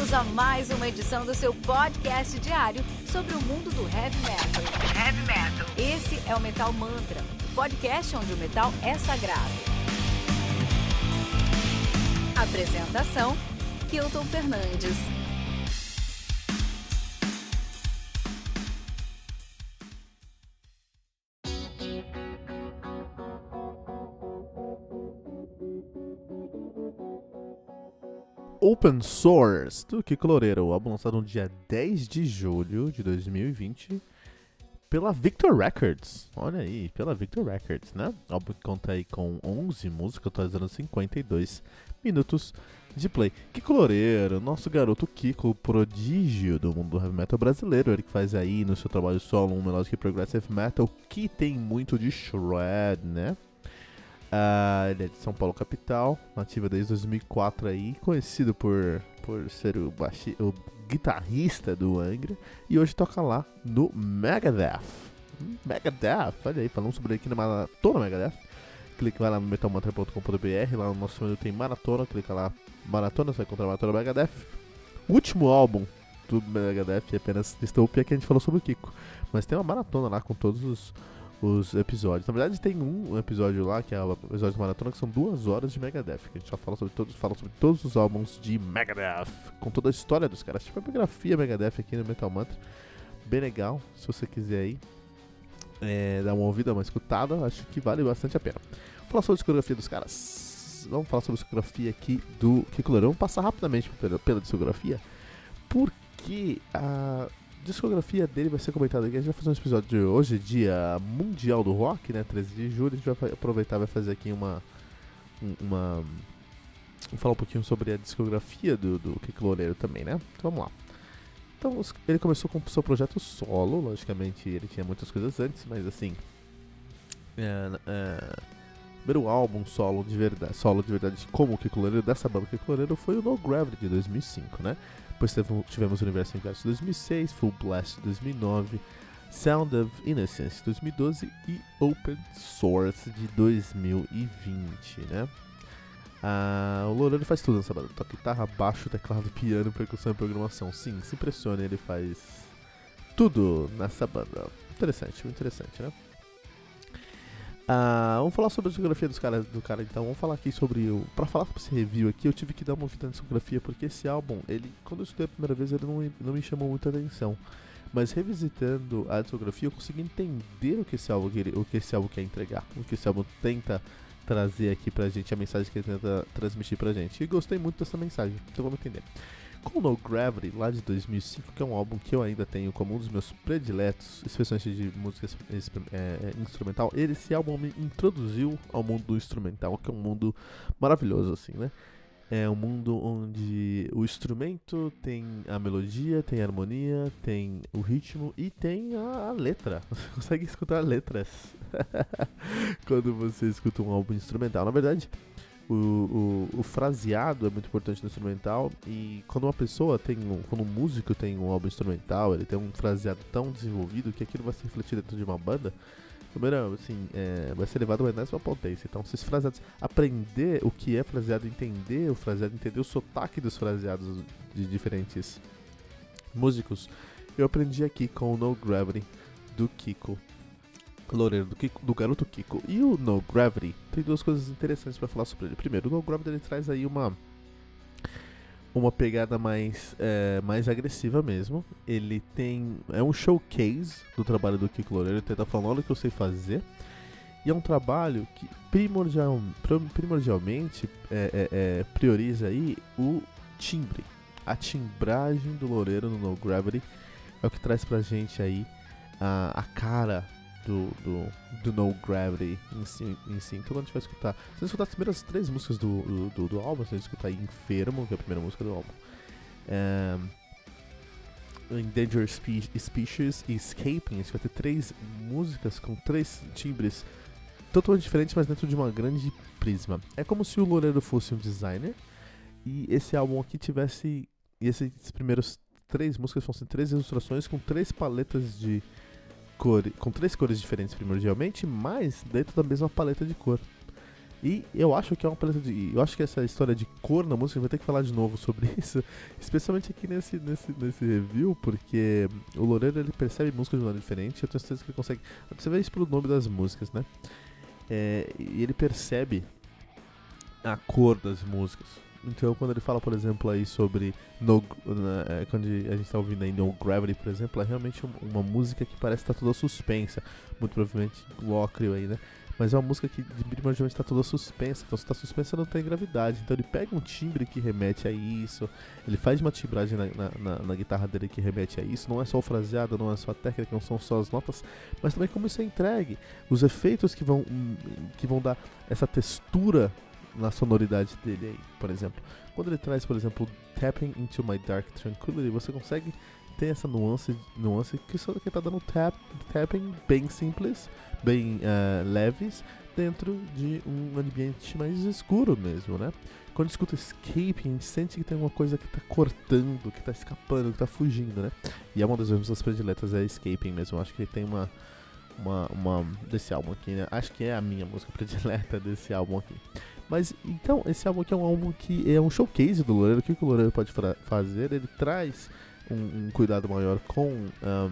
Bem-vindos a mais uma edição do seu podcast diário sobre o mundo do heavy metal. Esse é o Metal Mantra, o podcast onde o metal é sagrado. Apresentação: Kilton Fernandes. Open Source, do Kiko Loureiro, o álbum lançado no dia 10 de julho de 2020 pela Victor Records. Olha aí, pela Victor Records, né? O álbum que conta aí com 11 músicas, totalizando 52 minutos de play. Kiko Loureiro, nosso garoto Kiko, prodígio do mundo do heavy metal brasileiro, ele que faz aí no seu trabalho solo um melodic progressive metal que tem muito de shred, né? Ele é de São Paulo capital, nativa desde 2004 aí, conhecido por ser o guitarrista do Angra, e hoje toca lá no Megadeth. Olha aí, falando sobre ele aqui na Maratona Megadeth. Clique lá no metalmantra.com.br, lá no nosso menu tem Maratona, clica lá, Maratona, você vai encontrar a Maratona Megadeth. O último álbum do Megadeth é apenas Dystopia, que a gente falou sobre o Kiko, mas tem uma maratona lá com todos os episódios. Na verdade tem um episódio lá, que é o episódio de maratona, que são 2 horas de Megadeth, que a gente já fala sobre todos os álbuns de Megadeth, com toda a história dos caras, tipo a biografia Megadeth aqui no Metal Mantra. Bem legal, se você quiser aí dar uma ouvida, uma escutada, acho que vale bastante a pena. Vamos falar sobre a discografia dos caras. Vamos falar sobre a discografia aqui do Kiko Loureiro. Vamos passar rapidamente pela discografia, porque a discografia dele vai ser comentada aqui. A gente vai fazer um episódio de hoje, dia mundial do rock, né, 13 de julho. A gente vai aproveitar e vai fazer aqui vamos falar um pouquinho sobre a discografia do Kiko Loureiro também, né? Então vamos lá. Então ele começou com o seu projeto solo, logicamente ele tinha muitas coisas antes, mas assim, primeiro álbum solo de verdade como o Kiko Loureiro, dessa banda Kiko Loureiro, foi o No Gravity de 2005, né? Depois tivemos Universo Inverso de 2006, Full Blast de 2009, Sound of Innocence de 2012 e Open Source de 2020, né? O Loureiro faz tudo nessa banda, toca guitarra, baixo, teclado, piano, percussão e programação. Sim, se impressione, ele faz tudo nessa banda. Interessante, muito interessante, né? Vamos falar sobre a discografia do cara, então. Vamos falar aqui sobre pra falar sobre esse review aqui, eu tive que dar uma ouvida na discografia, porque esse álbum, quando eu escutei a primeira vez, ele não me chamou muita atenção. Mas revisitando a discografia, eu consegui entender o que esse álbum quer entregar, o que esse álbum tenta trazer aqui pra gente, a mensagem que ele tenta transmitir pra gente. E gostei muito dessa mensagem, então vamos entender. Com No Gravity, lá de 2005, que é um álbum que eu ainda tenho como um dos meus prediletos, especialmente de música instrumental, esse álbum me introduziu ao mundo do instrumental, que é um mundo maravilhoso, assim, né? É um mundo onde o instrumento tem a melodia, tem a harmonia, tem o ritmo e tem a letra. Você consegue escutar letras quando você escuta um álbum instrumental. Na verdade, o fraseado é muito importante no instrumental, e quando quando um músico tem um álbum instrumental, ele tem um fraseado tão desenvolvido que aquilo vai se refletir dentro de uma banda. Primeiro, assim, vai ser levado a uma potência. Então, esses fraseados, aprender o que é fraseado, entender o fraseado, entender o sotaque dos fraseados de diferentes músicos, eu aprendi aqui com o No Gravity do Kiko Loureiro, do garoto Kiko. E o No Gravity tem 2 coisas interessantes pra falar sobre ele. Primeiro, o No Gravity ele traz aí uma pegada mais agressiva mesmo. Ele é um showcase do trabalho do Kiko Loureiro. Ele tenta falar, olha o que eu sei fazer. E é um trabalho que primordialmente prioriza aí o timbre. A timbragem do Loureiro no No Gravity é o que traz pra gente aí a cara do No Gravity em si. Então quando a gente vai escutar, se você escutar as primeiras 3 músicas do álbum, você vai escutar aí Enfermo, que é a primeira música do álbum, Endangered Species e Escaping. A gente vai ter 3 músicas com 3 timbres totalmente diferentes, mas dentro de uma grande prisma. É como se o Loureiro fosse um designer e esse álbum aqui tivesse, e esses primeiros 3 músicas fossem 3 ilustrações com 3 paletas de com 3 cores diferentes primordialmente, mas dentro da mesma paleta de cor. E eu acho que é uma paleta de. Eu acho que essa história de cor na música, a gente vai ter que falar de novo sobre isso, especialmente aqui nesse review, porque o Loureiro ele percebe músicas de maneira diferente. Eu tenho certeza que ele consegue. Você vê isso pelo nome das músicas, né? E ele percebe a cor das músicas. Então, quando ele fala, por exemplo, aí sobre quando a gente tá ouvindo aí No Gravity, por exemplo, é realmente uma música que parece estar toda suspensa. Muito provavelmente Locrio aí, né? Mas é uma música que primordialmente está toda suspensa. Então, se está suspensa, não tem gravidade. Então, ele pega um timbre que remete a isso. Ele faz uma timbragem na guitarra dele que remete a isso. Não é só o fraseado, não é só a técnica, não são só as notas, mas também como isso é entregue. Os efeitos que vão dar essa textura na sonoridade dele aí, por exemplo. Quando ele traz, por exemplo, Tapping Into My Dark Tranquility, você consegue ter essa nuance que só que tá dando tapping bem simples, bem leves, dentro de um ambiente mais escuro mesmo, né? Quando escuta Escaping, a gente sente que tem uma coisa que tá cortando, que tá escapando, que tá fugindo, né? E é uma das músicas prediletas, é Escaping mesmo. Acho que ele tem uma desse álbum aqui, né? Acho que é a minha música predileta desse álbum aqui. Mas, então, esse álbum aqui é um álbum que é um showcase do Loureiro. O que o Loureiro pode fazer? Ele traz um cuidado maior com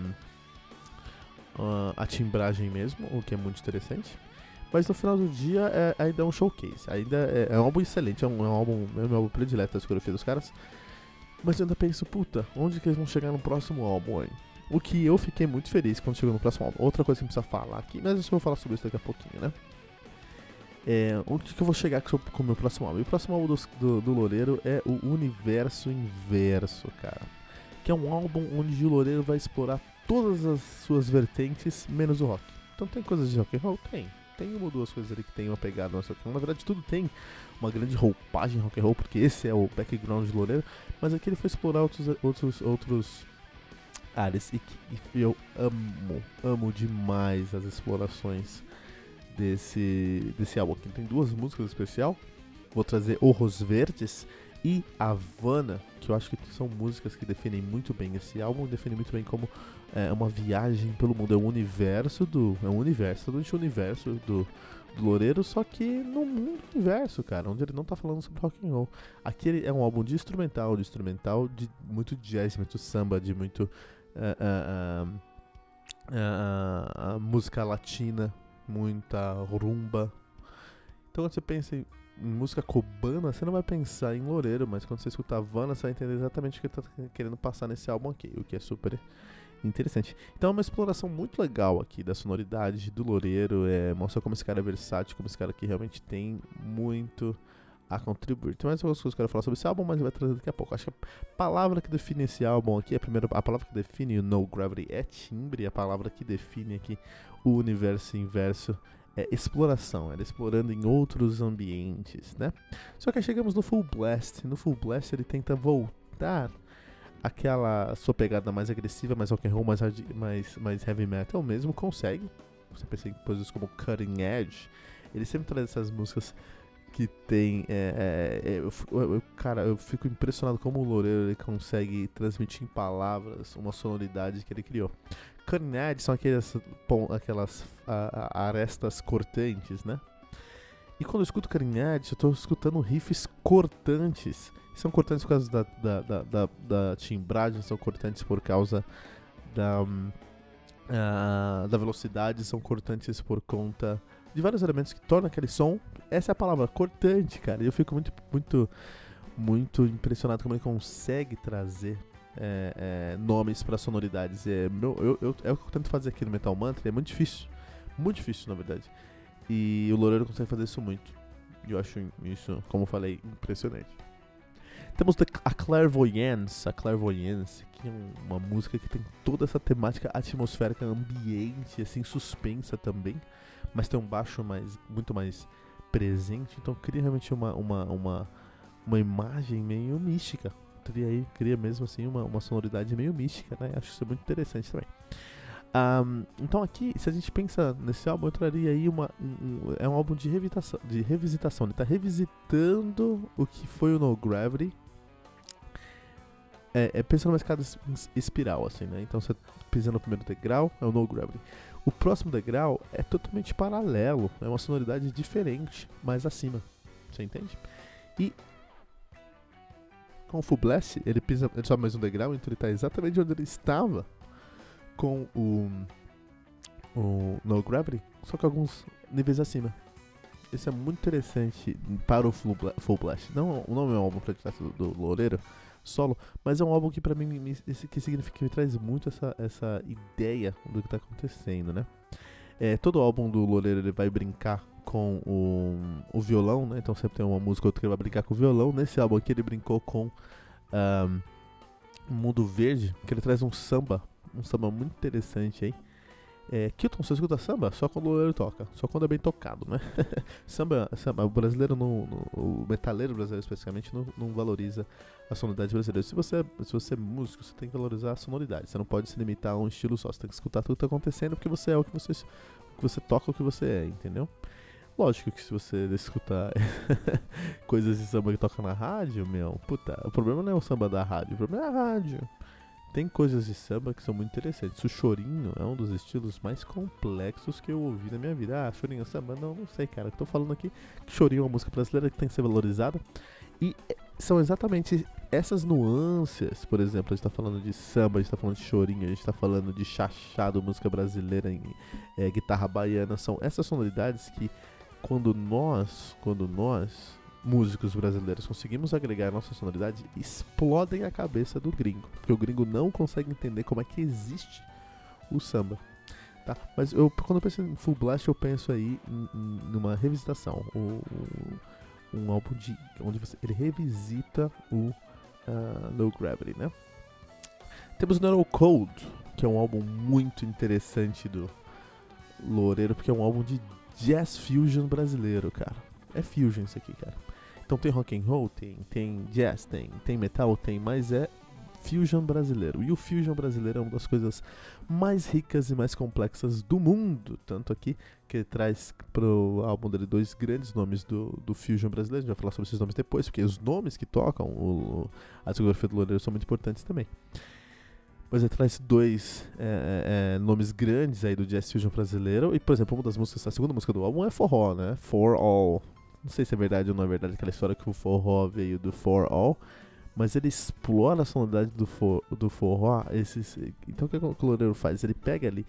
a timbragem mesmo, o que é muito interessante. Mas no final do dia ainda é um showcase. Ainda é um álbum excelente, é meu álbum predileto da discografia dos caras. Mas eu ainda penso, puta, onde que eles vão chegar no próximo álbum aí? O que eu fiquei muito feliz quando chegou no próximo álbum. Outra coisa que a gente precisa falar aqui, mas eu só vou falar sobre isso daqui a pouquinho, né? Onde que eu vou chegar com o meu próximo álbum? E o próximo álbum do Loureiro é o Universo Inverso, cara. Que é um álbum onde o Loureiro vai explorar todas as suas vertentes, menos o rock. Então tem coisas de rock and roll? Tem uma ou duas coisas ali que tem uma pegada no rock and roll. Na verdade tudo tem uma grande roupagem rock and roll, porque esse é o background de Loureiro. Mas aqui ele foi explorar outros áreas e eu amo demais as explorações desse álbum aqui. Tem duas músicas especial. Vou trazer Orros Verdes e Havana, que eu acho que são músicas que definem muito bem esse álbum, definem muito bem como uma viagem pelo mundo. É um universo do Loureiro, só que no mundo inverso, cara, onde ele não tá falando sobre rock and roll. Aqui ele é um álbum de instrumental, de muito jazz, muito samba, de muito música latina, muita rumba. Então quando você pensa em música cubana, você não vai pensar em Loureiro, mas quando você escuta Havana, você vai entender exatamente o que ele tá querendo passar nesse álbum aqui, o que é super interessante. Então é uma exploração muito legal aqui da sonoridade do Loureiro, mostra como esse cara é versátil, como esse cara aqui realmente tem muito a contribuir. Tem mais algumas coisas que eu quero falar sobre esse álbum, mas vai trazer daqui a pouco. Acho que a palavra que define esse álbum aqui, a palavra que define o No Gravity é timbre, a palavra que define aqui o Universo Inverso é exploração, ela explorando em outros ambientes, né? Só que aí chegamos no Full Blast. No Full Blast ele tenta voltar aquela sua pegada mais agressiva, mais rock and roll, mais heavy metal mesmo, consegue. Você pensa em coisas como Cutting Edge, ele sempre traz essas músicas que tem... cara, eu fico impressionado como o Loureiro ele consegue transmitir em palavras uma sonoridade que ele criou. Cutting Edge são aquelas arestas cortantes, né? E quando eu escuto Cutting Edge, eu tô escutando riffs cortantes. São cortantes por causa da timbragem, são cortantes por causa da velocidade, são cortantes por conta de vários elementos que tornam aquele som. Essa é a palavra, cortante, cara. E eu fico muito impressionado como ele consegue trazer nomes para sonoridades. É o que eu tento fazer aqui no Metal Mantra, é muito difícil, na verdade. E o Loureiro consegue fazer isso muito. E eu acho isso, como eu falei, impressionante. Temos a Clairvoyance, que é uma música que tem toda essa temática atmosférica, ambiente, assim, suspensa também, mas tem um baixo muito mais presente, então cria realmente uma imagem meio mística. Cria mesmo assim uma sonoridade meio mística, né? Acho isso muito interessante também. Então aqui, se a gente pensa nesse álbum, eu traria aí é um álbum de revisitação. Ele tá revisitando o que foi o No Gravity, pensando numa escada espiral, assim, né? Então você pisa no primeiro degrau, é o No Gravity. O próximo degrau é totalmente paralelo, é uma sonoridade diferente, mais acima, você entende? E com o Full Blast, ele sobe mais um degrau, então ele está exatamente onde ele estava com o No Gravity, só que alguns níveis acima. Isso é muito interessante para o Full Blast. Não, o nome é um álbum do Loureiro solo, mas é um álbum que pra mim que significa que me traz muito essa ideia do que tá acontecendo, né? Todo álbum do Loureiro ele vai brincar com o violão, né? Então sempre tem uma música ou outra que ele vai brincar com o violão. Nesse álbum aqui ele brincou com Mundo Verde, que ele traz um samba muito interessante aí. Kilton, você escuta samba? Só quando o Loureiro toca, só quando é bem tocado, né? samba, o brasileiro, o metaleiro brasileiro especificamente, não valoriza a sonoridade brasileira. Se você é músico, você tem que valorizar a sonoridade. Você não pode se limitar a um estilo só, você tem que escutar tudo que está acontecendo, porque você é o que você toca, o que você é, entendeu? Lógico que se você escutar coisas de samba que toca na rádio, puta, o problema não é o samba da rádio, o problema é a rádio. Tem coisas de samba que são muito interessantes. O chorinho é um dos estilos mais complexos que eu ouvi na minha vida. Chorinho é samba? Não sei, cara. Eu tô falando aqui que chorinho é uma música brasileira que tem que ser valorizada. E são exatamente essas nuances. Por exemplo, a gente tá falando de samba, a gente tá falando de chorinho, a gente tá falando de chachado, música brasileira em guitarra baiana. São essas sonoridades que quando nós músicos brasileiros conseguimos agregar a nossa sonoridade, explodem a cabeça do gringo, porque o gringo não consegue entender como é que existe o samba, tá? Mas quando eu penso em Full Blast, eu penso aí numa revisitação, um álbum onde ele revisita o No Gravity, né? Temos o Neural Code, que é um álbum muito interessante do Loureiro, porque é um álbum de jazz fusion brasileiro, cara. É fusion isso aqui, cara. Então tem rock and roll, tem jazz, tem metal, mas é fusion brasileiro. E o fusion brasileiro é uma das coisas mais ricas e mais complexas do mundo. Tanto aqui que ele traz pro álbum dele 2 grandes nomes do fusion brasileiro. A gente vai falar sobre esses nomes depois, porque os nomes que tocam a discografia do Loureiro são muito importantes também. Mas ele traz 2 nomes grandes aí do jazz fusion brasileiro. E, por exemplo, uma das músicas, a segunda música do álbum é forró, né? For All. Não sei se é verdade ou não é verdade aquela história que o forró veio do For All, mas ele explora a sonoridade do forró. Então o que o Loureiro faz? Ele pega ali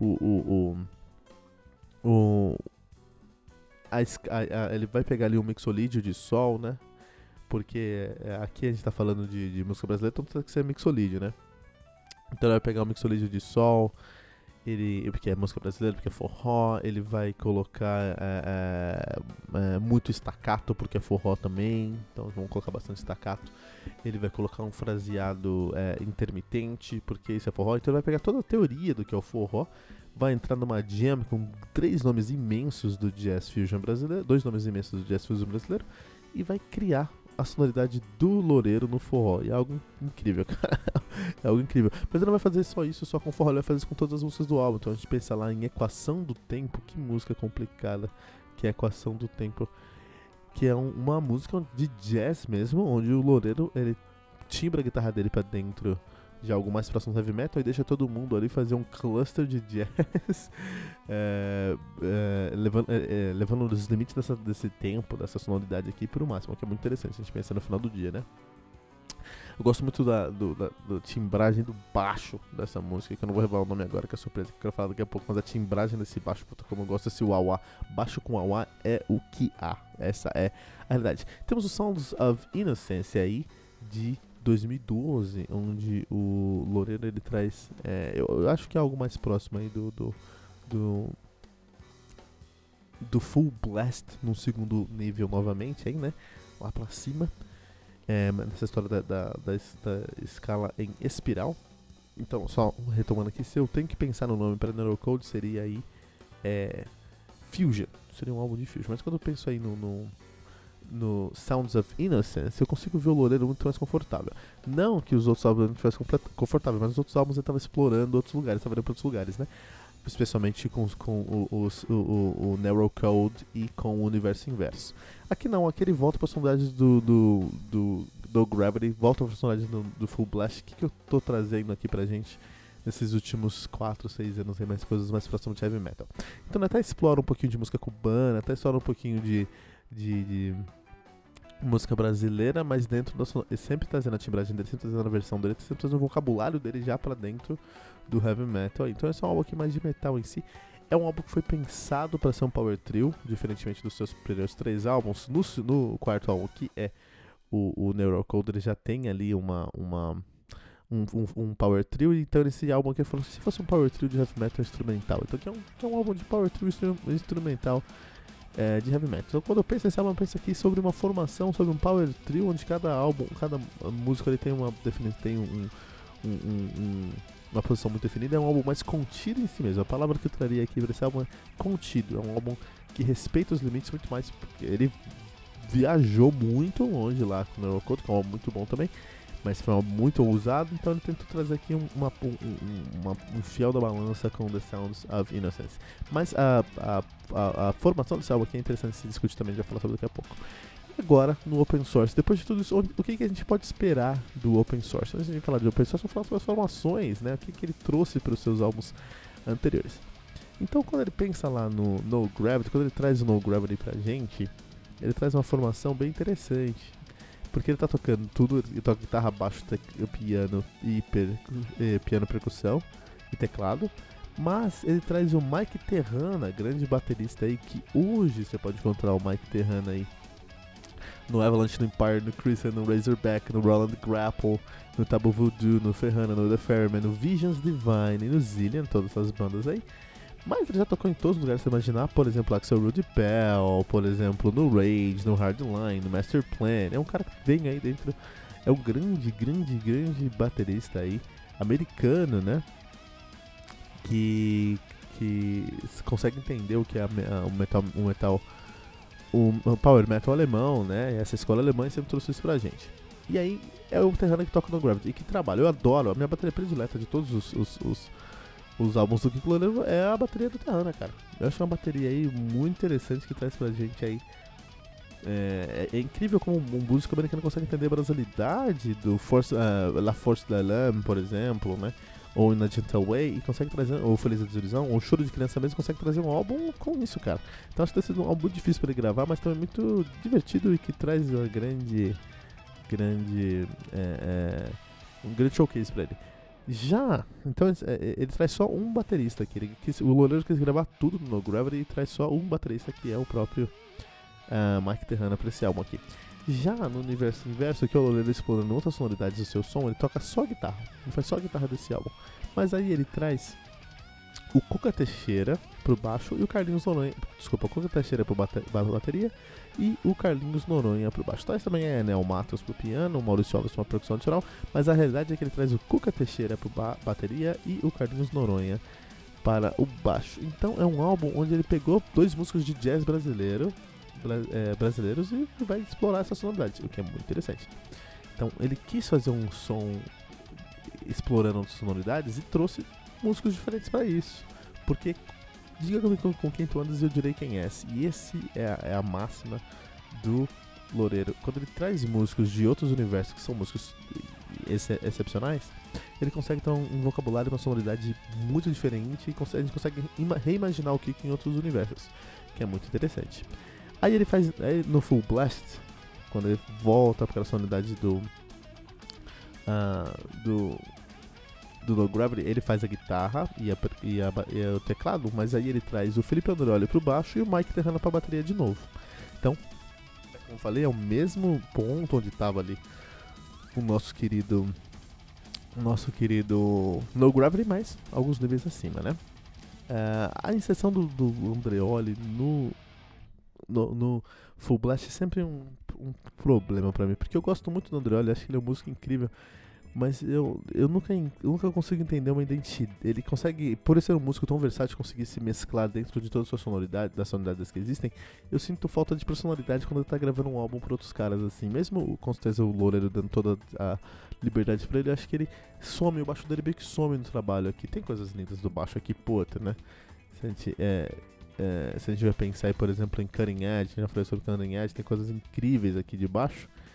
ele vai pegar ali um mixolídio de sol, né? Porque aqui a gente tá falando de música brasileira, então tem que ser mixolídio, né? Então ele vai pegar um mixolídio de sol, porque é música brasileira, porque é forró, ele vai colocar muito staccato, porque é forró também, então vamos colocar bastante staccato. Ele vai colocar um fraseado intermitente, porque isso é forró, então ele vai pegar toda a teoria do que é o forró, vai entrar numa jam com 3 nomes imensos do jazz fusion brasileiro, 2 nomes imensos do jazz fusion brasileiro, e vai criar a sonoridade do Loureiro no forró. E é algo incrível, cara. É algo incrível. Mas ele não vai fazer só isso, só com forró, ele vai fazer isso com todas as músicas do álbum. Então a gente pensa lá em Equação do Tempo, que música complicada que é Equação do Tempo, que é uma música de jazz mesmo, onde o Loureiro, ele timbra a guitarra dele pra dentro de algo mais próximo do heavy metal e deixa todo mundo ali fazer um cluster de jazz, levando os limites desse tempo, dessa sonoridade aqui pro máximo, que é muito interessante, a gente pensa no final do dia, né? Eu gosto muito da timbragem do baixo dessa música, que eu não vou revelar o nome agora, que é surpresa, que eu quero falar daqui a pouco, mas a timbragem desse baixo, puta, como eu gosto desse wah-wah. Baixo com wah-wah é o que há, essa é a realidade. Temos o Sounds of Innocence aí, de 2012, onde o Loureiro ele traz, eu acho que é algo mais próximo aí do Full Blast num segundo nível novamente, aí, né, lá pra cima, nessa história da escala em espiral. Então, só retomando aqui, se eu tenho que pensar no nome para Neural Code, seria aí Fusion, seria um álbum de Fusion, mas quando eu penso aí no Sounds of Innocence, eu consigo ver o Loureiro muito mais confortável. Não que os outros álbuns não tivessem confortável, mas os outros álbuns ele estava explorando outros lugares, estava indo para outros lugares, né? Especialmente com o Narrow Code e com o Universo Inverso. Aqui não, aqui ele volta para as sonoridades do Gravity, volta para as sonoridades do Full Blast. O que eu tô trazendo aqui pra gente nesses últimos 4, 6 anos tem mais coisas mais próximas de heavy metal. Então até explora um pouquinho de música cubana, até explora um pouquinho de música brasileira, mas dentro da ele sempre trazendo a timbragem dele, sempre trazendo a versão dele, sempre trazendo o vocabulário dele já pra dentro do heavy metal. Então esse é um álbum aqui mais de metal em si. É um álbum que foi pensado para ser um power trio, diferentemente dos seus primeiros 3 álbuns. No quarto álbum, que é o Neurocode, ele já tem ali um power trio. Então esse álbum aqui falou se fosse um power trio de heavy metal instrumental. Então que é um álbum de power trio instrumental de heavy metal. Então quando eu penso nesse álbum, eu penso aqui sobre uma formação, sobre um power trio, onde cada álbum, cada música ele tem uma definição, tem uma posição muito definida. É um álbum mais contido em si mesmo. A palavra que eu traria aqui para esse álbum é contido. É um álbum que respeita os limites muito mais, porque ele viajou muito longe lá com o Neurocode, que é um álbum muito bom também, mas foi um álbum muito ousado. Então ele tentou trazer aqui um fiel da balança com The Sounds of Innocence. Mas a formação desse álbum aqui é interessante se discutir também, já falar sobre daqui a pouco. Agora, no Open Source, depois de tudo isso, o que a gente pode esperar do Open Source? Antes de a gente falar de Open Source, vamos falar sobre as formações, né? O que ele trouxe para os seus álbuns anteriores. Então, quando ele pensa lá no No Gravity, quando ele traz o No Gravity pra gente, ele traz uma formação bem interessante. Porque ele tá tocando tudo, ele toca guitarra, baixo, piano e piano, percussão e teclado. Mas ele traz o Mike Terrana, grande baterista aí, que hoje você pode encontrar o Mike Terrana aí no Avalanche, no Empire, no Christian, no Razorback, no Roland Grapple, no Tabu Voodoo, no Ferrana, no The Ferryman, no Visions Divine, no Zillion, todas essas bandas aí. Mas ele já tocou em todos os lugares que você imaginar, por exemplo, Axel Rudy Pell, por exemplo, no Rage, no Hardline, no Master Plan. É um cara que vem aí dentro, é um grande baterista aí, americano, né? Que consegue entender o que é o power metal alemão, né? Essa escola alemã sempre trouxe isso pra gente. E aí é o Terrana que toca no Gravity e que trabalha. Eu adoro, a minha bateria predileta de todos os álbuns do Kiko Loureiro é a bateria do Terrana, cara. Eu acho uma bateria aí muito interessante que traz pra gente aí. É incrível como um músico americano consegue entender a brasilidade do La Force de l'Âme, por exemplo, né? Ou In a Gentle Way, e consegue trazer, ou Feliz Desilusão, ou Choro de Criança mesmo, consegue trazer um álbum com isso, cara. Então acho que tem sido um álbum muito difícil pra ele gravar, mas também muito divertido e que traz uma um grande showcase pra ele. Já, então ele traz só um baterista aqui, o Loureiro quis gravar tudo no Gravity e traz só um baterista, que é o próprio Mike Terrana pra esse álbum aqui. Já no universo inverso, que é o Loureiro explorando outras sonoridades do seu som, ele toca só guitarra, ele faz só a guitarra desse álbum. Mas aí ele traz o Cuca Teixeira pro baixo e o Carlinhos Noronha, desculpa, o Cuca Teixeira pro bateria e o Carlinhos Noronha pro baixo. Traz também a Enel Matos pro piano, o Maurício Alves pra uma percussão adicional, mas a realidade é que ele traz o Cuca Teixeira pro bateria e o Carlinhos Noronha para o baixo. Então é um álbum onde ele pegou 2 músicos de jazz brasileiros e vai explorar essa sonoridade, o que é muito interessante. Então ele quis fazer um som explorando outras sonoridades e trouxe músicos diferentes para isso, porque diga com quem tu andas e eu direi quem és, e esse é a máxima do Loureiro. Quando ele traz músicos de outros universos que são músicos excepcionais, ele consegue ter um vocabulário, uma sonoridade muito diferente, e a gente consegue reimaginar o Kiko em outros universos, que é muito interessante. Aí ele faz, no Full Blast, quando ele volta para a sonoridade do No Gravity, ele faz a guitarra e o teclado, mas aí ele traz o Felipe Androli pro baixo e o Mike Terrana pra bateria de novo. Então, como eu falei, é o mesmo ponto onde estava ali o nosso querido No Gravity, mas alguns níveis acima, né? A inserção do Andreoli no Full Blast é sempre um problema pra mim, porque eu gosto muito do Andreoli, acho que ele é um músico incrível, mas eu nunca consigo entender uma identidade. Ele consegue, por ele ser um músico tão versátil, conseguir se mesclar dentro de toda a sua sonoridade, das sonoridades que existem. Eu sinto falta de personalidade quando ele tá gravando um álbum pra outros caras, assim. Mesmo com certeza o Loureiro dando toda a liberdade pra ele, acho que ele some, o baixo dele meio que some no trabalho aqui. Tem coisas lindas do baixo aqui, puta, né? Se a gente vai pensar aí, por exemplo, em Cutting Edge, já falei sobre Cutting Edge, tem coisas incríveis aqui de baixo.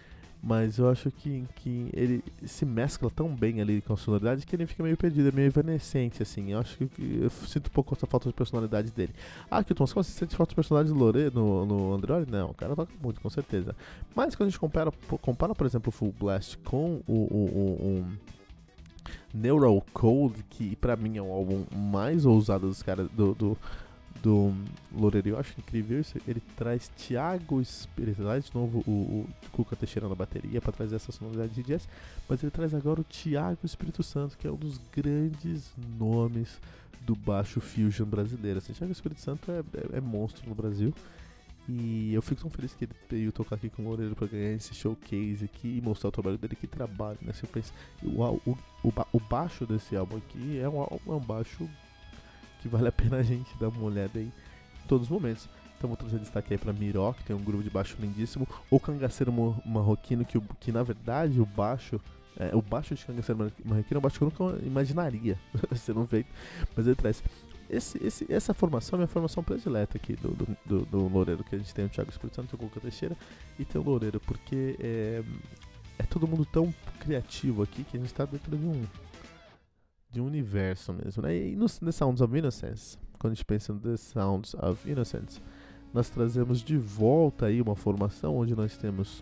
Mas eu acho que ele se mescla tão bem ali com a sonoridade que ele fica meio perdido, é meio evanescente, assim. Eu acho que eu sinto um pouco essa falta de personalidade dele. Ah, que o Tom Scott sente falta de personalidade do Lore no Andreoli? Não, o cara toca muito, com certeza. Mas quando a gente compara por exemplo, o Full Blast com o Neural Code, que pra mim é o álbum mais ousado dos caras do Loureiro, eu acho incrível isso. Ele traz Thiago, ele traz de novo o Cuca Teixeira na bateria pra trazer essa sonoridade de jazz, mas ele traz agora o Thiago Espírito Santo, que é um dos grandes nomes do baixo fusion brasileiro. Assim, Thiago Espírito Santo é monstro no Brasil. E eu fico tão feliz que ele veio tocar aqui com o Loureiro pra ganhar esse showcase aqui e mostrar o trabalho dele, que trabalho, né? Eu penso, o baixo desse álbum aqui é um baixo que vale a pena a gente dar uma olhada aí em todos os momentos. Então vou trazer destaque aí pra Miró, que tem um grupo de baixo lindíssimo. O Cangaceiro Marroquino, que na verdade o baixo de Cangaceiro Marroquino é um baixo que eu nunca imaginaria ser um feito, mas ele traz. Essa formação é a minha formação predileta aqui do Loureiro, que a gente tem o Thiago Espírito Santo, o Cuca Teixeira e tem o Loureiro, porque é todo mundo tão criativo aqui que a gente tá dentro de um universo mesmo, né? E no The Sounds of Innocence, quando a gente pensa no The Sounds of Innocence, nós trazemos de volta aí uma formação onde nós temos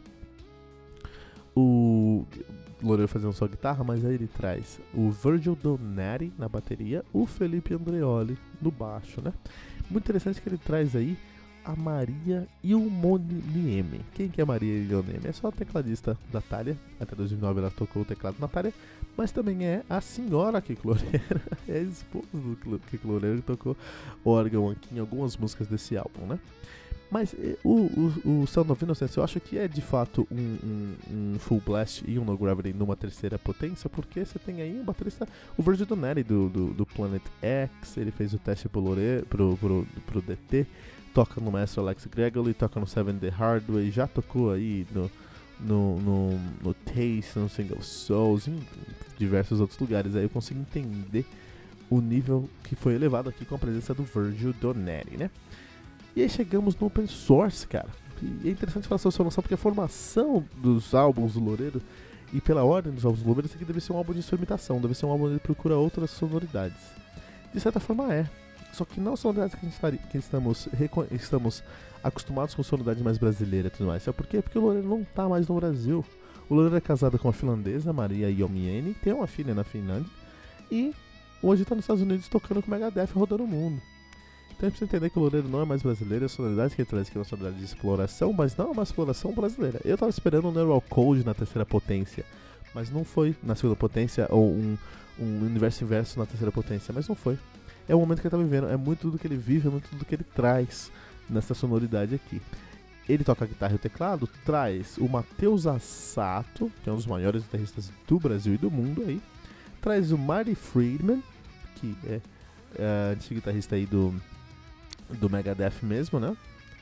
o Loureiro fazendo só guitarra, mas aí ele traz o Virgil Donati na bateria, o Felipe Andreoli no baixo, né? Muito interessante que ele traz aí a Maria Ilmonieme. Quem que é a Maria Ilmonieme? É só a tecladista da Thalia, até 2009 ela tocou o teclado na Thalia, mas também é a senhora Kiko Loureiro, é a esposa do Kiko Loureiro, que tocou órgão aqui em algumas músicas desse álbum, né? Mas o Sound of Innocence eu acho que é de fato um Full Blast e um No Gravity numa terceira potência, porque você tem aí um baterista, o Virgil Donati do Planet X, ele fez o teste pro DT, toca no maestro Alex Gregory, toca no Seven Day Hardway, já tocou aí no Taste, no Single Souls, em diversos outros lugares. Aí eu consigo entender o nível que foi elevado aqui com a presença do Virgil Donati, né? E aí chegamos no Open Source, cara. E é interessante falar sobre essa formação, porque a formação dos álbuns do Loureiro, e pela ordem dos álbuns do Loureiro, isso aqui deve ser um álbum de instrumentação, deve ser um álbum onde ele procura outras sonoridades. De certa forma é. Só que não sonoridades que estamos acostumados com sonoridades mais brasileiras e tudo mais. Sabe por quê? Porque o Loureiro não tá mais no Brasil. O Loureiro é casado com uma finlandesa, Maria Ilmonieme, tem uma filha na Finlândia, e hoje tá nos Estados Unidos tocando com o Megadeth rodando o mundo. Então a gente precisa entender que o Loureiro não é mais brasileiro, a sonoridade que ele traz aqui é uma sonoridade de exploração, mas não é uma exploração brasileira. Eu tava esperando um Neural Code na terceira potência, mas não foi na segunda potência, ou um universo inverso na terceira potência, mas não foi. É o momento que ele tá vivendo, é muito do que ele vive, é muito do que ele traz nessa sonoridade aqui. Ele toca a guitarra e o teclado, traz o Matheus Assato, que é um dos maiores guitarristas do Brasil e do mundo aí, traz o Marty Friedman, que é antigo guitarrista aí do Megadeth mesmo, né?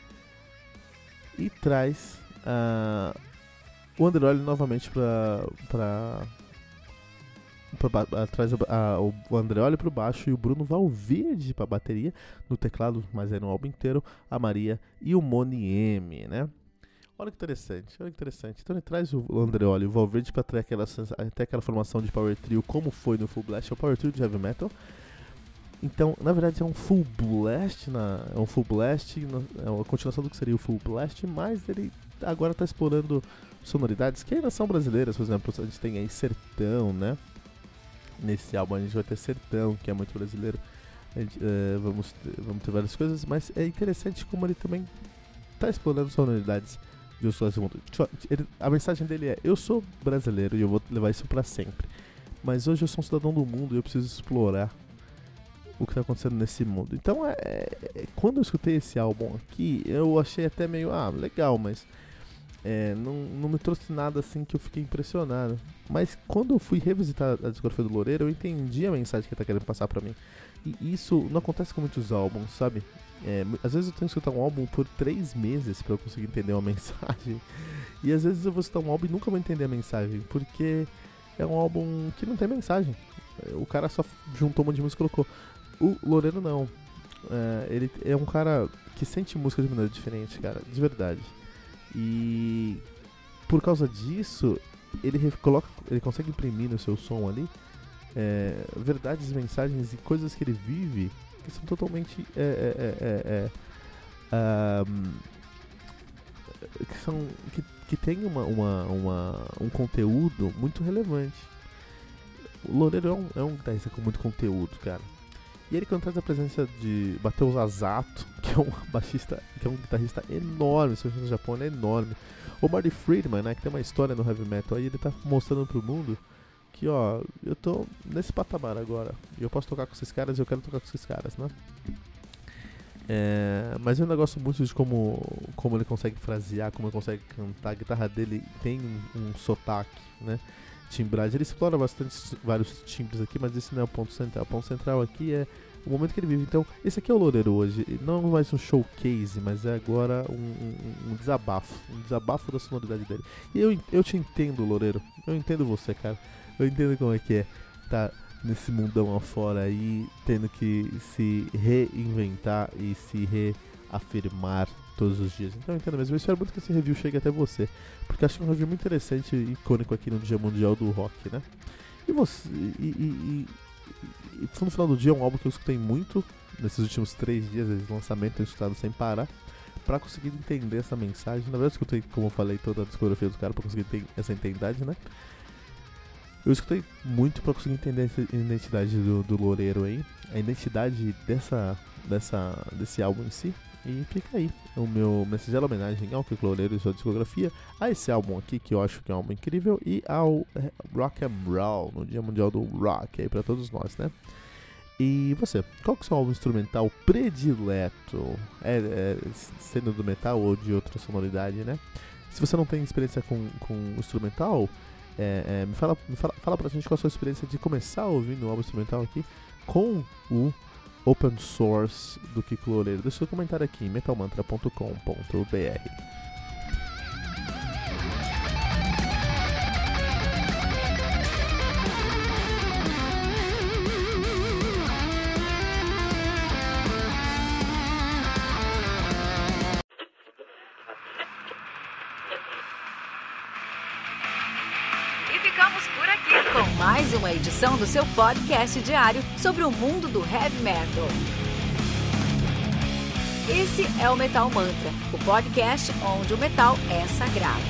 E traz o Andreoli novamente traz o Andreoli pro baixo e o Bruno Valverde pra bateria, no teclado, mas aí no álbum inteiro, a Maria Ilmonieme, né? Olha que interessante. Então ele traz o Andreoli e o Valverde pra ter aquela formação de Power Trio, como foi no Full Blast, é o Power Trio de Heavy Metal. Então, na verdade, é um Full Blast, é uma continuação do que seria o Full Blast, mas ele agora está explorando sonoridades que ainda são brasileiras. Por exemplo, a gente tem aí Sertão, né? Nesse álbum a gente vai ter Sertão, que é muito brasileiro. Vamos ter várias coisas, mas é interessante como ele também está explorando sonoridades de outros lugares do mundo. A mensagem dele é: eu sou brasileiro e eu vou levar isso para sempre, mas hoje eu sou um cidadão do mundo e eu preciso explorar o que tá acontecendo nesse mundo. Então, quando eu escutei esse álbum aqui, eu achei até meio, legal, mas não me trouxe nada assim que eu fiquei impressionado. Mas quando eu fui revisitar a discografia do Loureiro, eu entendi a mensagem que ele tá querendo passar pra mim. E isso não acontece com muitos álbuns, sabe? Às vezes eu tenho que escutar um álbum por 3 meses pra eu conseguir entender uma mensagem. E às vezes eu vou escutar um álbum e nunca vou entender a mensagem, porque é um álbum que não tem mensagem. O cara só juntou um monte de música e colocou. O Loureiro não. Ele é um cara que sente música de maneira diferente, cara, de verdade. E por causa disso, ele consegue imprimir no seu som ali verdades, mensagens e coisas que ele vive que são totalmente que tem um conteúdo muito relevante. O Loureiro é um guitarrista com muito conteúdo, cara. E ele traz a presença de Matheus Asato, que é um baixista, que é um guitarrista enorme, se no Japão ele é enorme. O Marty Friedman, né, que tem uma história no heavy metal aí, ele tá mostrando pro mundo que, ó, eu tô nesse patamar agora, e eu posso tocar com esses caras e eu quero tocar com esses caras, né? Mas eu ainda gosto muito de como ele consegue frasear, como ele consegue cantar. A guitarra dele tem um sotaque, né? Timbragem. Ele explora bastante vários timbres aqui, mas esse não é o ponto central. O ponto central aqui é o momento que ele vive. Então, esse aqui é o Loureiro hoje. Não mais um showcase, mas é agora um desabafo. Um desabafo da sonoridade dele. E eu te entendo, Loureiro. Eu entendo você, cara. Eu entendo como é que é tá nesse mundão afora aí, tendo que se reinventar e se reafirmar todos os dias. Então eu entendo mesmo. Eu espero muito que esse review chegue até você, porque acho que é um review muito interessante e icônico aqui no Dia Mundial do Rock, né? E você... no final do dia é um álbum que eu escutei muito nesses últimos 3 dias de lançamento, tenho escutado sem parar, pra conseguir entender essa mensagem. Na verdade eu escutei, como eu falei, toda a discografia do cara pra conseguir ter essa entidade, né? Eu escutei muito pra conseguir entender a identidade do Loureiro aí, a identidade desse álbum em si. E fica aí minha singela homenagem ao Kiko Loureiro e sua discografia, a esse álbum aqui, que eu acho que é um álbum incrível, e ao Rock and Roll, no Dia Mundial do Rock, aí pra todos nós, né? E você, qual que é o seu álbum instrumental predileto? Sendo do metal ou de outra sonoridade, né? Se você não tem experiência com instrumental, fala pra gente qual a sua experiência de começar ouvindo o álbum instrumental aqui com o Open Source do Kiko Loureiro. Deixa seu comentário aqui em metalmantra.com.br. Ficamos por aqui com mais uma edição do seu podcast diário sobre o mundo do heavy metal. Esse é o Metal Mantra, o podcast onde o metal é sagrado.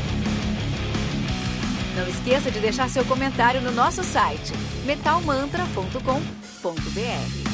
Não esqueça de deixar seu comentário no nosso site metalmantra.com.br.